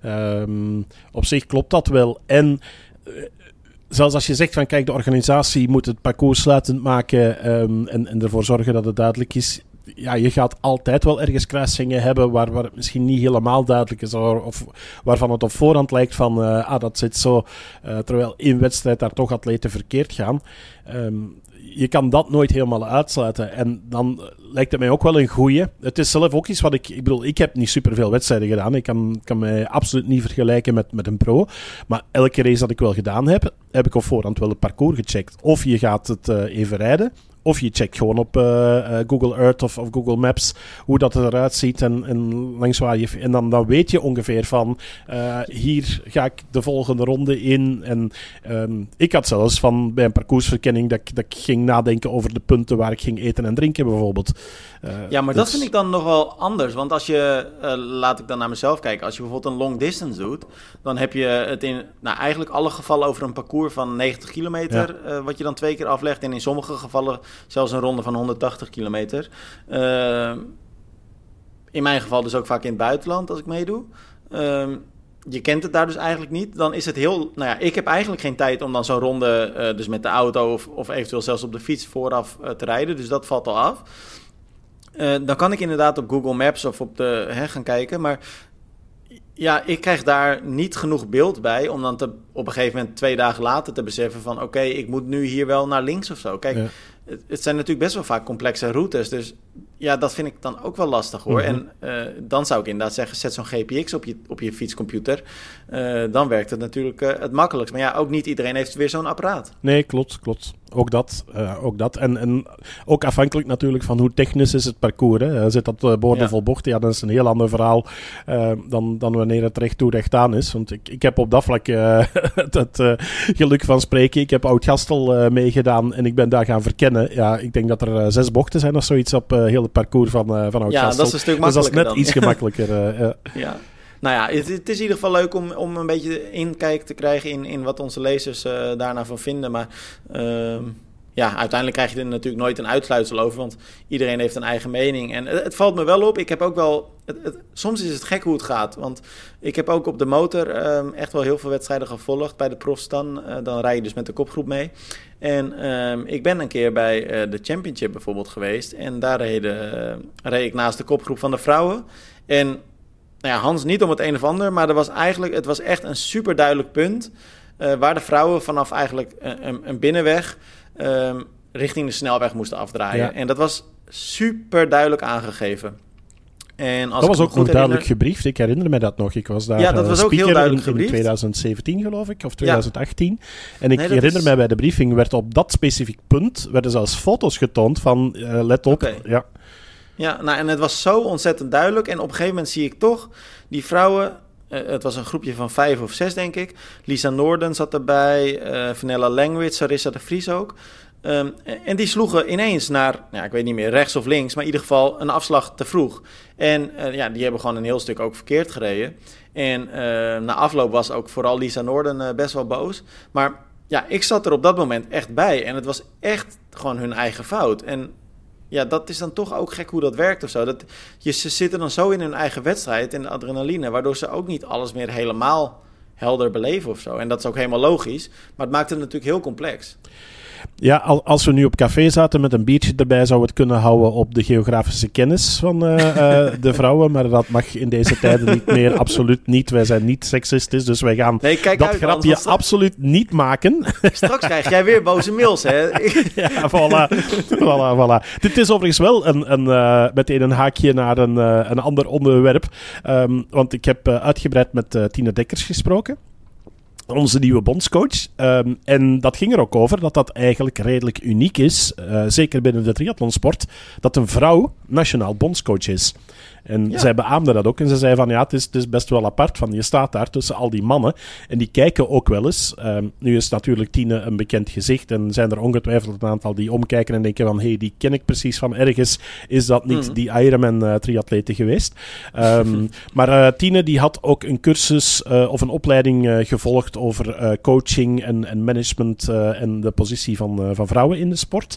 Um, op zich klopt dat wel. En uh, zelfs als je zegt van kijk, de organisatie moet het parcours sluitend maken um, en, en ervoor zorgen dat het duidelijk is. ja, je gaat altijd wel ergens kruisingen hebben waar, waar het misschien niet helemaal duidelijk is, of, of waarvan het op voorhand lijkt van, uh, ah, dat zit zo, uh, terwijl in wedstrijd daar toch atleten verkeerd gaan. Um, je kan dat nooit helemaal uitsluiten. En dan lijkt het mij ook wel een goeie. Het is zelf ook iets wat ik... Ik bedoel, ik heb niet superveel wedstrijden gedaan. Ik kan, kan mij absoluut niet vergelijken met, met een pro. Maar elke race dat ik wel gedaan heb, heb ik op voorhand wel het parcours gecheckt. Of je gaat het uh, even rijden, of je checkt gewoon op uh, uh, Google Earth of, of Google Maps hoe dat eruit ziet en, en langs waar je... En dan, dan weet je ongeveer van, uh, hier ga ik de volgende ronde in. En um, ik had zelfs van bij een parcoursverkenning dat, dat ik ging nadenken over de punten waar ik ging eten en drinken bijvoorbeeld. Uh, ja, maar dus... dat vind ik dan nog wel anders. Want als je, uh, laat ik dan naar mezelf kijken, als je bijvoorbeeld een long distance doet, dan heb je het in nou, eigenlijk alle gevallen over een parcours van negentig kilometer, ja. uh, wat je dan twee keer aflegt. En in sommige gevallen zelfs een ronde van honderdtachtig kilometer. Uh, in mijn geval dus ook vaak in het buitenland als ik meedoe. Uh, je kent het daar dus eigenlijk niet. Dan is het heel... Nou ja, ik heb eigenlijk geen tijd om dan zo'n ronde uh, dus met de auto of, of eventueel zelfs op de fiets vooraf uh, te rijden. Dus dat valt al af. Uh, dan kan ik inderdaad op Google Maps of op de hè, gaan kijken. Maar ja, ik krijg daar niet genoeg beeld bij om dan te, op een gegeven moment twee dagen later te beseffen van oké, okay, ik moet nu hier wel naar links of zo. Kijk, ja. het, het zijn natuurlijk best wel vaak complexe routes. Dus ja, dat vind ik dan ook wel lastig hoor. Mm-hmm. En uh, dan zou ik inderdaad zeggen, zet zo'n G P X op je, op je fietscomputer. Uh, dan werkt het natuurlijk uh, het makkelijkst. Maar ja, ook niet iedereen heeft weer zo'n apparaat. Nee, klopt, klopt. Ook dat. Uh, ook dat. En, en ook afhankelijk natuurlijk van hoe technisch is het parcours. Hè. Zit dat uh, borden ja. vol bochten, ja, dat is een heel ander verhaal uh, dan, dan wanneer het recht toe recht aan is. Want ik, ik heb op dat vlak uh, het, het uh, geluk van spreken. Ik heb Oud-Gastel uh, meegedaan en ik ben daar gaan verkennen. Ja, ik denk dat er uh, zes bochten zijn of zoiets op uh, heel het parcours van, uh, van Oud-Gastel. Ja, dat is een stuk makkelijker. Dus dat is net dan. iets gemakkelijker. Uh, uh. Ja. Nou ja, het, het is in ieder geval leuk om, om een beetje inkijk te krijgen in, in wat onze lezers uh, daarna van vinden. Maar uh, ja, uiteindelijk krijg je er natuurlijk nooit een uitsluitsel over, want iedereen heeft een eigen mening. En het, het valt me wel op, ik heb ook wel... Het, het, soms is het gek hoe het gaat, want ik heb ook op de motor um, echt wel heel veel wedstrijden gevolgd bij de profs dan. Uh, dan rij je dus met de kopgroep mee. En um, ik ben een keer bij uh, de Championship bijvoorbeeld geweest en daar reed, uh, reed ik naast de kopgroep van de vrouwen. En nou ja, Hans niet om het een of ander, maar er was eigenlijk, het was echt een super duidelijk punt uh, waar de vrouwen vanaf eigenlijk een, een, een binnenweg um, richting de snelweg moesten afdraaien. Ja. En dat was super duidelijk aangegeven. En als dat was ook nog duidelijk herinner... gebriefd. Ik herinner me dat nog. Ik was daar ja, dat was uh, ook heel duidelijk in, in twintig zeventien, geloof ik, of twintig achttien. Ja. En ik nee, herinner is... me bij de briefing werd op dat specifiek punt werden zelfs foto's getoond van uh, let op. Okay. Ja. Ja, nou en het was zo ontzettend duidelijk. En op een gegeven moment zie ik toch die vrouwen... Uh, het was een groepje van vijf of zes, denk ik. Lisa Noorden zat erbij. Uh, Vanella Langwitz, Sarissa de Vries ook. Um, en die sloegen ineens naar, nou, ik weet niet meer, rechts of links... maar in ieder geval een afslag te vroeg. En uh, ja, die hebben gewoon een heel stuk ook verkeerd gereden. En uh, na afloop was ook vooral Lisa Noorden uh, best wel boos. Maar ja, ik zat er op dat moment echt bij. En het was echt gewoon hun eigen fout. En... ja, dat is dan toch ook gek hoe dat werkt of zo. Dat, je, ze zitten dan zo in hun eigen wedstrijd, in de adrenaline... waardoor ze ook niet alles meer helemaal helder beleven of zo. En dat is ook helemaal logisch. Maar het maakt het natuurlijk heel complex. Ja, als we nu op café zaten met een biertje erbij... zou het kunnen houden op de geografische kennis van uh, uh, de vrouwen. Maar dat mag in deze tijden niet meer. Absoluut niet. Wij zijn niet seksistisch. Dus wij gaan nee, dat uit, grapje man, absoluut niet maken. Straks krijg jij weer boze mails, hè? Ja, voilà. voilà, voilà. Dit is overigens wel een, een, uh, meteen een haakje naar een, uh, een ander onderwerp. Um, want ik heb uh, uitgebreid met uh, Tine Dekkers gesproken. Onze nieuwe bondscoach. Um, en dat ging er ook over dat dat eigenlijk redelijk uniek is, uh, zeker binnen de triathlonsport, dat een vrouw nationaal bondscoach is. En ja. zij beaamde dat ook. En ze zei van, ja, het is, het is best wel apart. Van, je staat daar tussen al die mannen. En die kijken ook wel eens. Um, nu is natuurlijk Tine een bekend gezicht. En zijn er ongetwijfeld een aantal die omkijken en denken van, hé, hey, die ken ik precies van ergens. Is dat niet mm. die Ironman uh, triatlete geweest? Um, maar uh, Tine die had ook een cursus uh, of een opleiding uh, gevolgd over uh, coaching en, en management uh, en de positie van, uh, van vrouwen in de sport.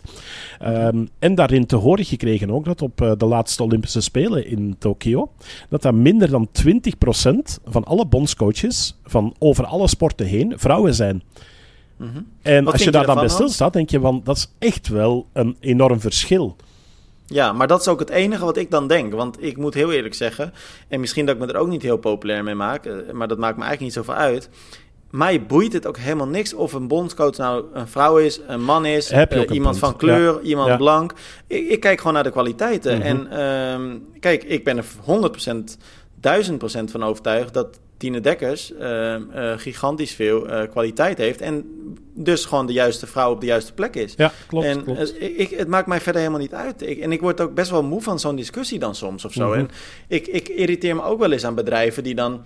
Um, en daarin te horen gekregen ook dat op uh, de laatste Olympische Spelen in Tokio, dat daar minder dan twintig procent van alle bondscoaches van over alle sporten heen vrouwen zijn. Mm-hmm. En Wat als je daar je dan bij stilstaat, denk je van, dat is echt wel een enorm verschil. Ja, maar dat is ook het enige wat ik dan denk. Want ik moet heel eerlijk zeggen, en misschien dat ik me er ook niet heel populair mee maak, maar dat maakt me eigenlijk niet zoveel uit. Mij boeit het ook helemaal niks of een bondscoach nou een vrouw is, een man is, uh, iemand punt. van kleur, ja. iemand ja. blank. Ik, ik kijk gewoon naar de kwaliteiten. Mm-hmm. En um, kijk, ik ben er honderd procent, duizend procent van overtuigd dat Tine Dekkers uh, uh, gigantisch veel uh, kwaliteit heeft en dus gewoon de juiste vrouw op de juiste plek is. Ja, klopt. En klopt. Uh, ik, het maakt mij verder helemaal niet uit. Ik, en ik word ook best wel moe van zo'n discussie dan soms of zo. Mm-hmm. En ik, ik irriteer me ook wel eens aan bedrijven die dan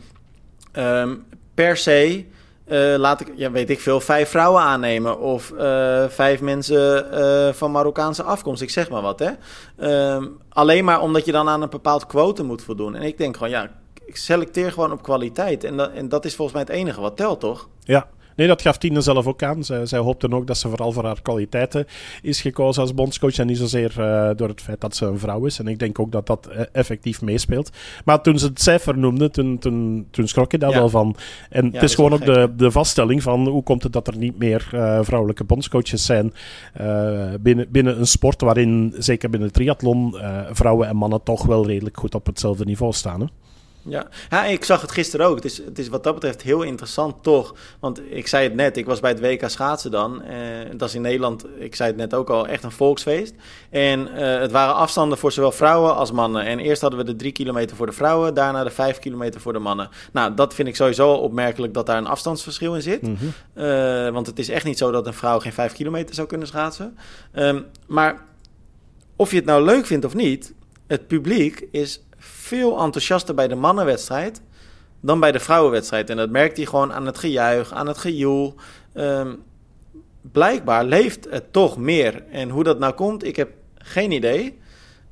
um, per se Uh, laat ik, ja, weet ik veel, vijf vrouwen aannemen of uh, vijf mensen uh, van Marokkaanse afkomst. Ik zeg maar wat, hè. Uh, alleen maar omdat je dan aan een bepaald quotum moet voldoen. En ik denk gewoon, ja, ik selecteer gewoon op kwaliteit. En, da- en dat is volgens mij het enige wat telt, toch? Ja. Nee, dat gaf Tine zelf ook aan. Zij, zij hoopte ook dat ze vooral voor haar kwaliteiten is gekozen als bondscoach en niet zozeer uh, door het feit dat ze een vrouw is. En ik denk ook dat dat uh, effectief meespeelt. Maar toen ze het cijfer noemde, toen, toen, toen schrok je daar ja. wel van. En ja, het is gewoon ook de, de vaststelling van hoe komt het dat er niet meer uh, vrouwelijke bondscoaches zijn uh, binnen, binnen een sport waarin, zeker binnen de triathlon, uh, vrouwen en mannen toch wel redelijk goed op hetzelfde niveau staan, hè? Ja. ja, ik zag het gisteren ook. Het is, het is wat dat betreft heel interessant toch. Want ik zei het net, ik was bij het W K schaatsen dan. Uh, dat is in Nederland, ik zei het net ook al, echt een volksfeest. En uh, het waren afstanden voor zowel vrouwen als mannen. En eerst hadden we de drie kilometer voor de vrouwen, daarna de vijf kilometer voor de mannen. Nou, dat vind ik sowieso opmerkelijk dat daar een afstandsverschil in zit. Mm-hmm. Uh, want het is echt niet zo dat een vrouw geen vijf kilometer zou kunnen schaatsen. Um, maar of je het nou leuk vindt of niet, het publiek is veel enthousiaster bij de mannenwedstrijd dan bij de vrouwenwedstrijd. En dat merkt hij gewoon aan het gejuich, aan het gejoel. Um, blijkbaar leeft het toch meer. En hoe dat nou komt, ik heb geen idee.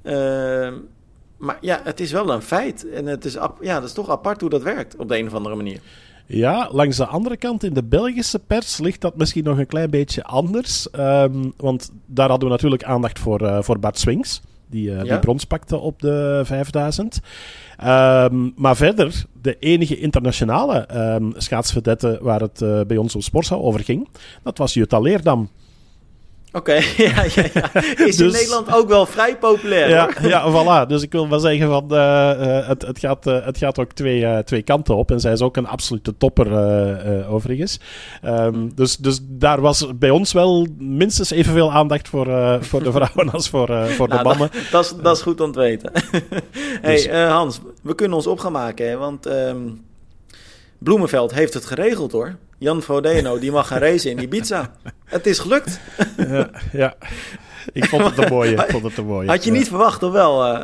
Um, maar ja, het is wel een feit. En het is, ap- ja, dat is toch apart hoe dat werkt op de een of andere manier. Ja, langs de andere kant in de Belgische pers ligt dat misschien nog een klein beetje anders. Um, want daar hadden we natuurlijk aandacht voor, uh, voor Bart Swings. Die, uh, ja. die brons pakte op de vijfduizend. Um, maar verder, de enige internationale um, schaatsvedette waar het uh, bij ons op Sporza over ging, dat was Jutta Leerdam. Oké, okay, ja, ja, ja. Is dus, in Nederland ook wel vrij populair, ja, hoor. Ja, voilà. Dus ik wil wel zeggen, van, uh, uh, het, het, gaat, uh, het gaat ook twee, uh, twee kanten op. En zij is ook een absolute topper, uh, uh, overigens. Um, dus, dus daar was bij ons wel minstens evenveel aandacht voor, uh, voor de vrouwen als voor, uh, voor nou, de mannen. Dat, dat, is, dat is goed om te weten. hey, dus. uh, Hans, we kunnen ons op gaan maken, hè, want Um, Bloemenveld heeft het geregeld, hoor. Jan Frodeno, die mag gaan racen in Ibiza. Het is gelukt. Ja, ja. Ik vond het een mooie. Ik vond het een mooie. Had je niet ja. verwacht, of wel? Uh?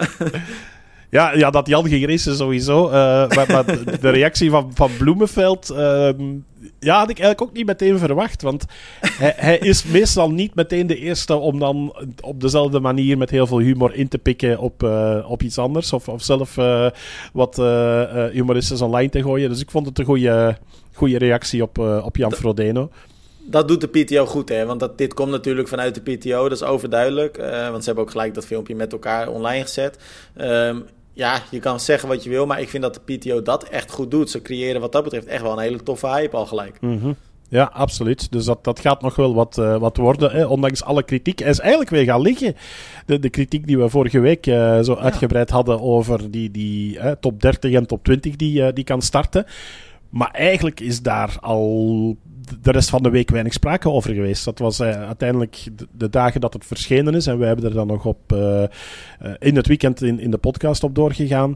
Ja, ja, dat Jan ging racen sowieso. Uh, maar, maar de reactie van, van Bloemenveld Uh, ja, had ik eigenlijk ook niet meteen verwacht. Want hij, hij is meestal niet meteen de eerste om dan op dezelfde manier met heel veel humor in te pikken op, uh, op iets anders. Of, of zelf uh, wat uh, uh, humoristisch online te gooien. Dus ik vond het een goede, goede reactie op, uh, op Jan Frodeno. Dat doet de P T O goed, hè? Want dat, dit komt natuurlijk vanuit de P T O, dat is overduidelijk. Uh, want ze hebben ook gelijk dat filmpje met elkaar online gezet. Um, ja, je kan zeggen wat je wil, maar ik vind dat de P T O dat echt goed doet. Ze creëren wat dat betreft echt wel een hele toffe hype al gelijk. Mm-hmm. Ja, absoluut. Dus dat, dat gaat nog wel wat, uh, wat worden, hè? Ondanks alle kritiek. Hij is eigenlijk weer gaan liggen. De, de kritiek die we vorige week uh, zo uitgebreid ja. hadden over die, die uh, top dertig en top twintig die, uh, die kan starten. Maar eigenlijk is daar al de rest van de week weinig sprake over geweest. Dat was uh, uiteindelijk de, de dagen dat het verschenen is. En wij hebben er dan nog op uh, uh, in het weekend in, in de podcast op doorgegaan.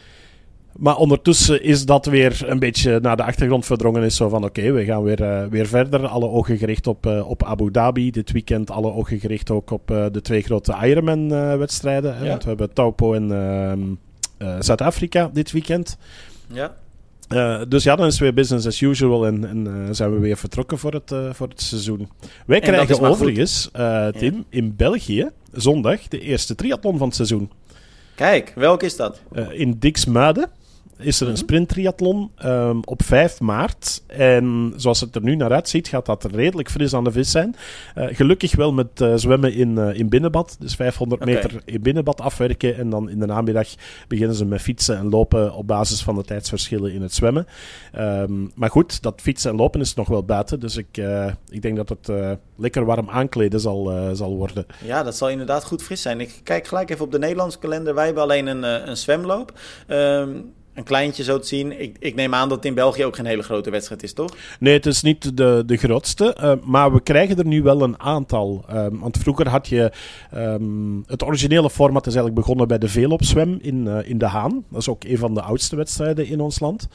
Maar ondertussen is dat weer een beetje naar de achtergrond verdrongen. Is zo van oké, okay, we gaan weer, uh, weer verder. Alle ogen gericht op, uh, op Abu Dhabi. Dit weekend alle ogen gericht ook op uh, de twee grote Ironman uh, wedstrijden. Ja. Want we hebben Taupo en uh, uh, Zuid-Afrika dit weekend. Ja. Uh, dus ja, dan is het weer business as usual en, en uh, zijn we weer vertrokken voor het, uh, voor het seizoen. Wij en krijgen overigens, uh, Tim, ja. in België zondag de eerste triathlon van het seizoen. Kijk, welk is dat? Uh, in Diksmuiden. is er een sprinttriathlon um, op vijf maart. En zoals het er nu naar uitziet, gaat dat redelijk fris aan de vis zijn. Uh, gelukkig wel met uh, zwemmen in, uh, in binnenbad. Dus vijfhonderd okay. meter in binnenbad afwerken. En dan in de namiddag beginnen ze met fietsen en lopen op basis van de tijdsverschillen in het zwemmen. Um, maar goed, dat fietsen en lopen is nog wel buiten. Dus ik, uh, ik denk dat het uh, lekker warm aankleden zal, uh, zal worden. Ja, dat zal inderdaad goed fris zijn. Ik kijk gelijk even op de Nederlandse kalender. Wij hebben alleen een, uh, een zwemloop. Um, Een kleintje zo te zien. Ik, ik neem aan dat het in België ook geen hele grote wedstrijd is, toch? Nee, het is niet de, de grootste. Uh, maar we krijgen er nu wel een aantal. Um, want vroeger had je... Um, het originele format is eigenlijk begonnen bij de Veelopzwem in, uh, in De Haan. Dat is ook een van de oudste wedstrijden in ons land.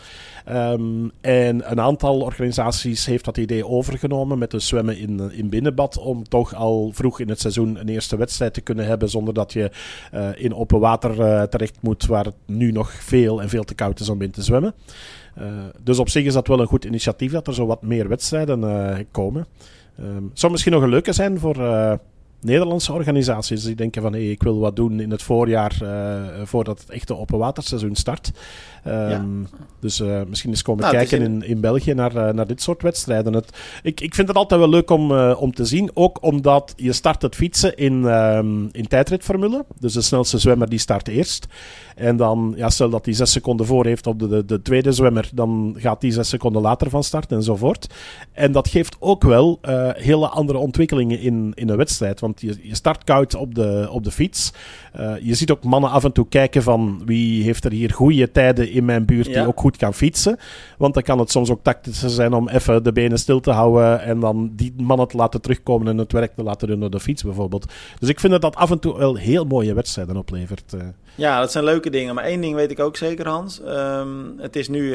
Um, en een aantal organisaties heeft dat idee overgenomen met de zwemmen in, in binnenbad. Om toch al vroeg in het seizoen een eerste wedstrijd te kunnen hebben. Zonder dat je uh, in open water uh, terecht moet. Waar het nu nog veel en veel te koud is om in te zwemmen. Uh, dus op zich is dat wel een goed initiatief dat er zo wat meer wedstrijden uh, komen. Het um, zou misschien nog een leuke zijn voor uh, Nederlandse organisaties die denken van hey, ik wil wat doen in het voorjaar uh, voordat het echte openwaterseizoen start. Um, ja. Dus uh, misschien eens komen nou, kijken in... in, in België naar, uh, naar dit soort wedstrijden. Het, ik, ik vind het altijd wel leuk om, uh, om te zien, ook omdat je start het fietsen in, um, in tijdritformule. Dus de snelste zwemmer die start eerst. En dan, ja, stel dat hij zes seconden voor heeft op de, de, de tweede zwemmer, dan gaat die zes seconden later van start enzovoort. En dat geeft ook wel uh, hele andere ontwikkelingen in, in een wedstrijd. Want je, je start koud op de, op de fiets. Uh, je ziet ook mannen af en toe kijken van wie heeft er hier goede tijden in mijn buurt die ja. ook goed kan fietsen. Want dan kan het soms ook tactischer zijn om even de benen stil te houden en dan die mannen te laten terugkomen en het werk te laten doen door de fiets bijvoorbeeld. Dus ik vind dat dat af en toe wel heel mooie wedstrijden oplevert. Uh. Ja, dat zijn leuke dingen. Maar één ding weet ik ook zeker, Hans. Um, het is nu, uh,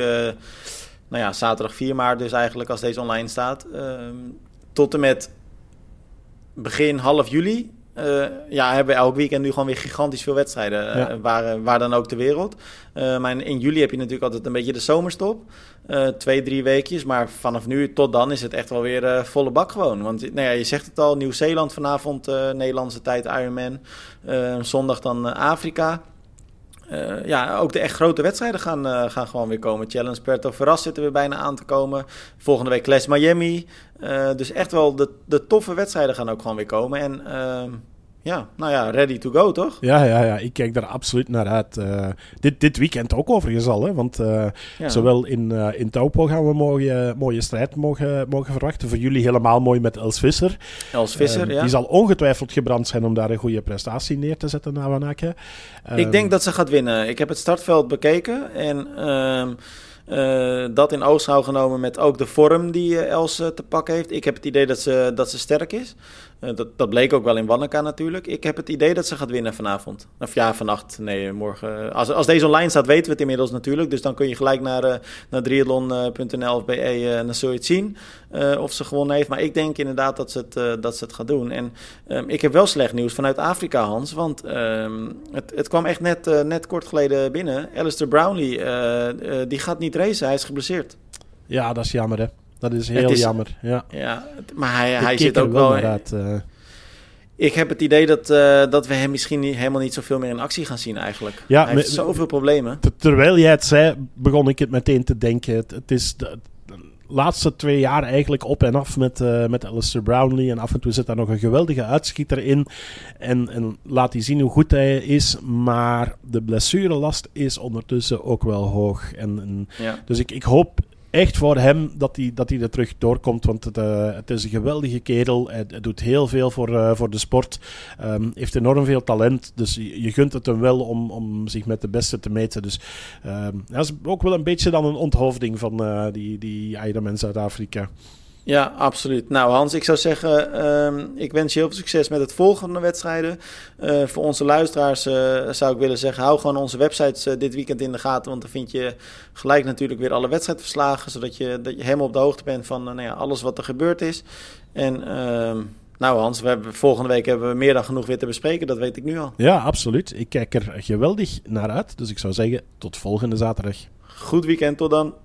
nou ja, zaterdag vier maart dus eigenlijk als deze online staat. Um, tot en met begin half juli. Uh, ja, hebben we elk weekend nu gewoon weer gigantisch veel wedstrijden. Ja. Uh, waar, waar dan ook ter wereld. Uh, maar in, in juli heb je natuurlijk altijd een beetje de zomerstop. Uh, twee, drie weekjes. Maar vanaf nu tot dan is het echt wel weer uh, volle bak gewoon. Want nou ja, je zegt het al, Nieuw-Zeeland vanavond, uh, Nederlandse tijd Ironman. Uh, zondag dan uh, Afrika. Uh, ja, ook de echt grote wedstrijden gaan, uh, gaan gewoon weer komen. Challenge Puerto Varas zit er weer bijna aan te komen. Volgende week Clash Miami. Uh, dus echt wel de, de toffe wedstrijden gaan ook gewoon weer komen. En uh, ja, nou ja, ready to go, toch? Ja, ja, ja. Ik kijk daar absoluut naar uit. Uh, dit, dit weekend ook overigens al, hè. Want uh, ja. zowel in, uh, in Taupo gaan we een mooie, mooie strijd mogen, mogen verwachten. Voor jullie helemaal mooi met Els Visser. Els Visser, uh, ja. Die zal ongetwijfeld gebrand zijn om daar een goede prestatie neer te zetten na Wanake. Um, Ik denk dat ze gaat winnen. Ik heb het startveld bekeken en... Uh, Uh, dat in oogschouw genomen met ook de vorm die uh, Els uh, te pakken heeft. Ik heb het idee dat ze, dat ze sterk is. Uh, dat, dat bleek ook wel in Wanaka natuurlijk. Ik heb het idee dat ze gaat winnen vanavond. Of ja, vannacht. Nee, morgen. Als, als deze online staat weten we het inmiddels natuurlijk. Dus dan kun je gelijk naar, uh, naar triathlon punt n l of B E uh, en dan zul je het zien uh, of ze gewonnen heeft. Maar ik denk inderdaad dat ze het, uh, dat ze het gaat doen. En um, ik heb wel slecht nieuws vanuit Afrika, Hans. Want um, het, het kwam echt net, uh, net kort geleden binnen. Alistair Brownlee, uh, uh, die gaat niet racen. Hij is geblesseerd. Ja, dat is jammer, hè. Dat is heel is, jammer, ja. Ja, maar hij, hij zit ook wel... wel uit, uh... Ik heb het idee dat, uh, dat we hem misschien niet, helemaal niet zoveel meer in actie gaan zien eigenlijk. Ja, hij heeft me, zoveel problemen. T- terwijl jij het zei, begon ik het meteen te denken. Het, het is de, de laatste twee jaar eigenlijk op en af met, uh, met Alistair Brownlee. En af en toe zit daar nog een geweldige uitschieter in. En, en laat hij zien hoe goed hij is. Maar de blessurelast is ondertussen ook wel hoog. En, en ja. Dus ik, ik hoop... echt voor hem dat hij, dat hij er terug doorkomt. Want het, uh, het is een geweldige kerel. Hij, hij doet heel veel voor, uh, voor de sport. Um, heeft enorm veel talent. Dus je, je gunt het hem wel om, om zich met de beste te meten. Dus um, dat is ook wel een beetje dan een onthoofding van uh, die, die Ironman Zuid-Afrika. Ja, absoluut. Nou Hans, ik zou zeggen, um, ik wens je heel veel succes met het volgende wedstrijden. Uh, voor onze luisteraars uh, zou ik willen zeggen, hou gewoon onze websites uh, dit weekend in de gaten. Want dan vind je gelijk natuurlijk weer alle wedstrijdverslagen. Zodat je, dat je helemaal op de hoogte bent van uh, nou ja, alles wat er gebeurd is. En uh, nou Hans, we hebben, volgende week hebben we meer dan genoeg weer te bespreken. Dat weet ik nu al. Ja, absoluut. Ik kijk er geweldig naar uit. Dus ik zou zeggen, tot volgende zaterdag. Goed weekend, tot dan.